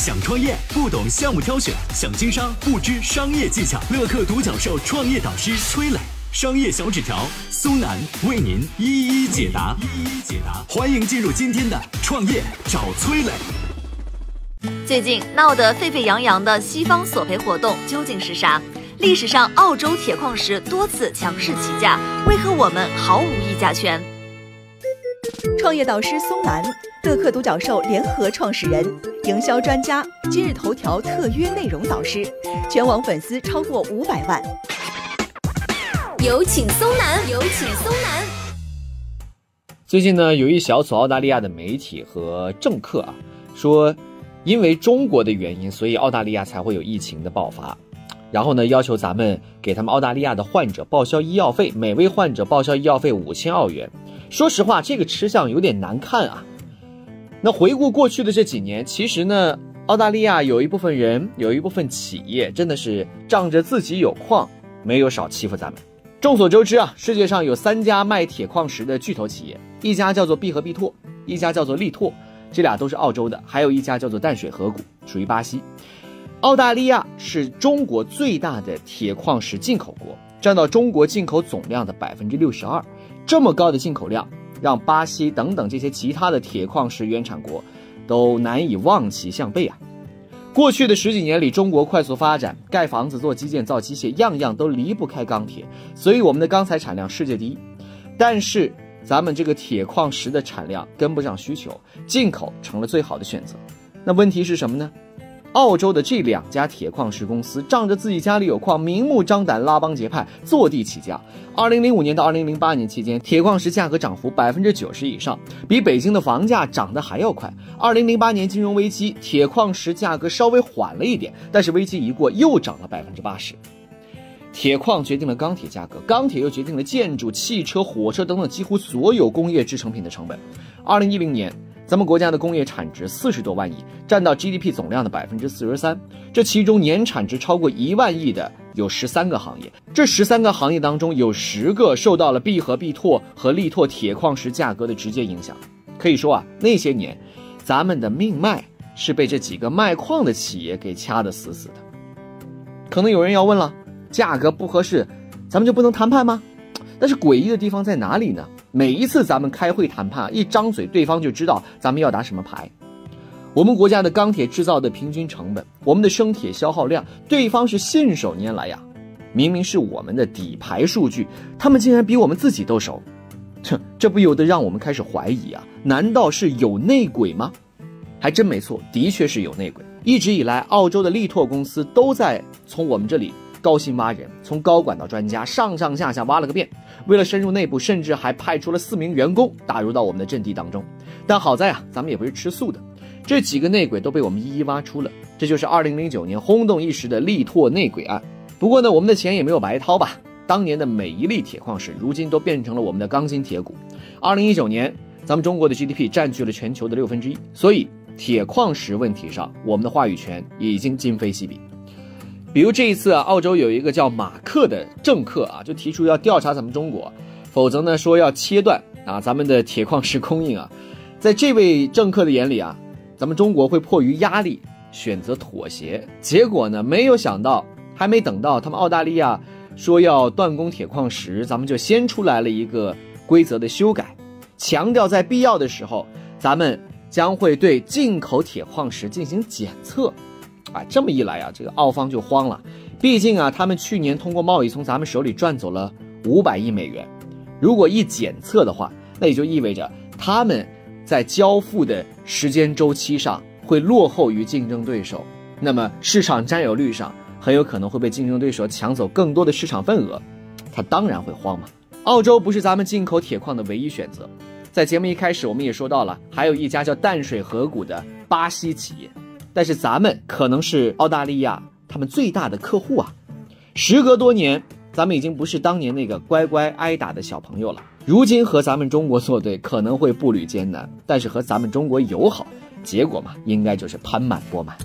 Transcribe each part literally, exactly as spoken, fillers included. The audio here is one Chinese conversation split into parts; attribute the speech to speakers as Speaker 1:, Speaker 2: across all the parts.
Speaker 1: 想创业不懂项目挑选，想经商不知商业技巧。乐客独角兽创业导师崔磊，商业小纸条苏南为您一一解答。一一解答，欢迎进入今天的创业找崔磊。
Speaker 2: 最近闹得沸沸扬扬的西方索赔活动究竟是啥？历史上澳洲铁矿石多次强势起价，为何我们毫无议价权？
Speaker 3: 创业导师松南，乐客独角兽联合创始人，营销专家，今日头条特约内容导师，全网粉丝超过五百万。
Speaker 4: 有请松南，有请松南。
Speaker 5: 最近呢，有一小撮澳大利亚的媒体和政客啊，说因为中国的原因，所以澳大利亚才会有疫情的爆发。然后呢，要求咱们给他们澳大利亚的患者报销医药费，每位患者报销医药费五千澳元。说实话，这个吃相有点难看啊。那回顾过去的这几年，其实呢，澳大利亚有一部分人，有一部分企业，真的是仗着自己有矿，没有少欺负咱们。众所周知啊，世界上有三家卖铁矿石的巨头企业，一家叫做必和必拓，一家叫做力拓，这俩都是澳洲的，还有一家叫做淡水河谷，属于巴西。澳大利亚是中国最大的铁矿石进口国，占到中国进口总量的 百分之六十二。 这么高的进口量，让巴西等等这些其他的铁矿石原产国都难以望其项背啊。过去的十几年里，中国快速发展，盖房子、做基建、造机械，样样都离不开钢铁，所以我们的钢材产量世界第一。但是咱们这个铁矿石的产量跟不上需求，进口成了最好的选择。那问题是什么呢？澳洲的这两家铁矿石公司仗着自己家里有矿，明目张胆拉帮结派，坐地起价。二零零五年到二零零八年期间，铁矿石价格涨幅 百分之九十 以上，比北京的房价涨得还要快。二零零八年金融危机，铁矿石价格稍微缓了一点，但是危机一过又涨了 百分之八十。铁矿决定了钢铁价格，钢铁又决定了建筑、汽车、火车等等几乎所有工业制成品的成本。二零一零年咱们国家的工业产值四十多万亿，占到 G D P 总量的 百分之四十三， 这其中年产值超过一万亿的有十三个行业，这十三个行业当中有十个受到了必和必拓和力拓铁矿石价格的直接影响。可以说啊，那些年咱们的命脉是被这几个卖矿的企业给掐得死死的。可能有人要问了，价格不合适咱们就不能谈判吗？但是诡异的地方在哪里呢？每一次咱们开会谈判，一张嘴对方就知道咱们要打什么牌。我们国家的钢铁制造的平均成本，我们的生铁消耗量，对方是信手拈来呀。明明是我们的底牌数据，他们竟然比我们自己都熟。这这不由得让我们开始怀疑啊，难道是有内鬼吗？还真没错，的确是有内鬼。一直以来，澳洲的力拓公司都在从我们这里高薪挖人，从高管到专家，上上下下挖了个遍。为了深入内部，甚至还派出了四名员工打入到我们的阵地当中。但好在啊，咱们也不是吃素的，这几个内鬼都被我们一一挖出了。这就是二零零九年轰动一时的力拓内鬼案。不过呢，我们的钱也没有白掏吧。当年的每一粒铁矿石，如今都变成了我们的钢筋铁骨。二零一九年，咱们中国的 G D P 占据了全球的六分之一，所以铁矿石问题上，我们的话语权已经今非昔比。比如这一次啊，澳洲有一个叫马克的政客啊，就提出要调查咱们中国，否则呢说要切断啊咱们的铁矿石供应啊。在这位政客的眼里啊，咱们中国会迫于压力选择妥协。结果呢，没有想到，还没等到他们澳大利亚说要断供铁矿石，咱们就先出来了一个规则的修改，强调在必要的时候，咱们将会对进口铁矿石进行检测。啊，这么一来啊，这个澳方就慌了。毕竟啊，他们去年通过贸易从咱们手里赚走了五百亿美元。如果一检测的话，那也就意味着他们在交付的时间周期上会落后于竞争对手，那么市场占有率上很有可能会被竞争对手抢走更多的市场份额，他当然会慌嘛。澳洲不是咱们进口铁矿的唯一选择，在节目一开始我们也说到了，还有一家叫淡水河谷的巴西企业。但是咱们可能是澳大利亚他们最大的客户啊！时隔多年，咱们已经不是当年那个乖乖挨打的小朋友了。如今和咱们中国作对可能会步履艰难，但是和咱们中国友好，结果嘛，应该就是盆满钵满。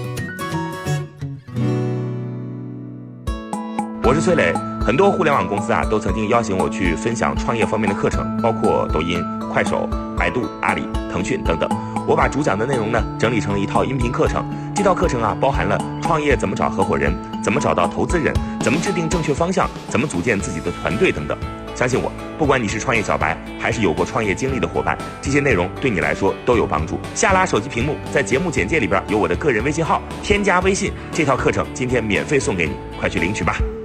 Speaker 6: 我是崔磊，很多互联网公司啊都曾经邀请我去分享创业方面的课程，包括抖音、快手、百度、阿里、腾讯等等。 我把主讲的内容呢整理成了一套音频课程。这套课程啊，包含了创业怎么找合伙人，怎么找到投资人，怎么制定正确方向，怎么组建自己的团队等等。相信我，不管你是创业小白，还是有过创业经历的伙伴，这些内容对你来说都有帮助。下拉手机屏幕，在节目简介里边有我的个人微信号，添加微信，这套课程今天免费送给你，快去领取吧。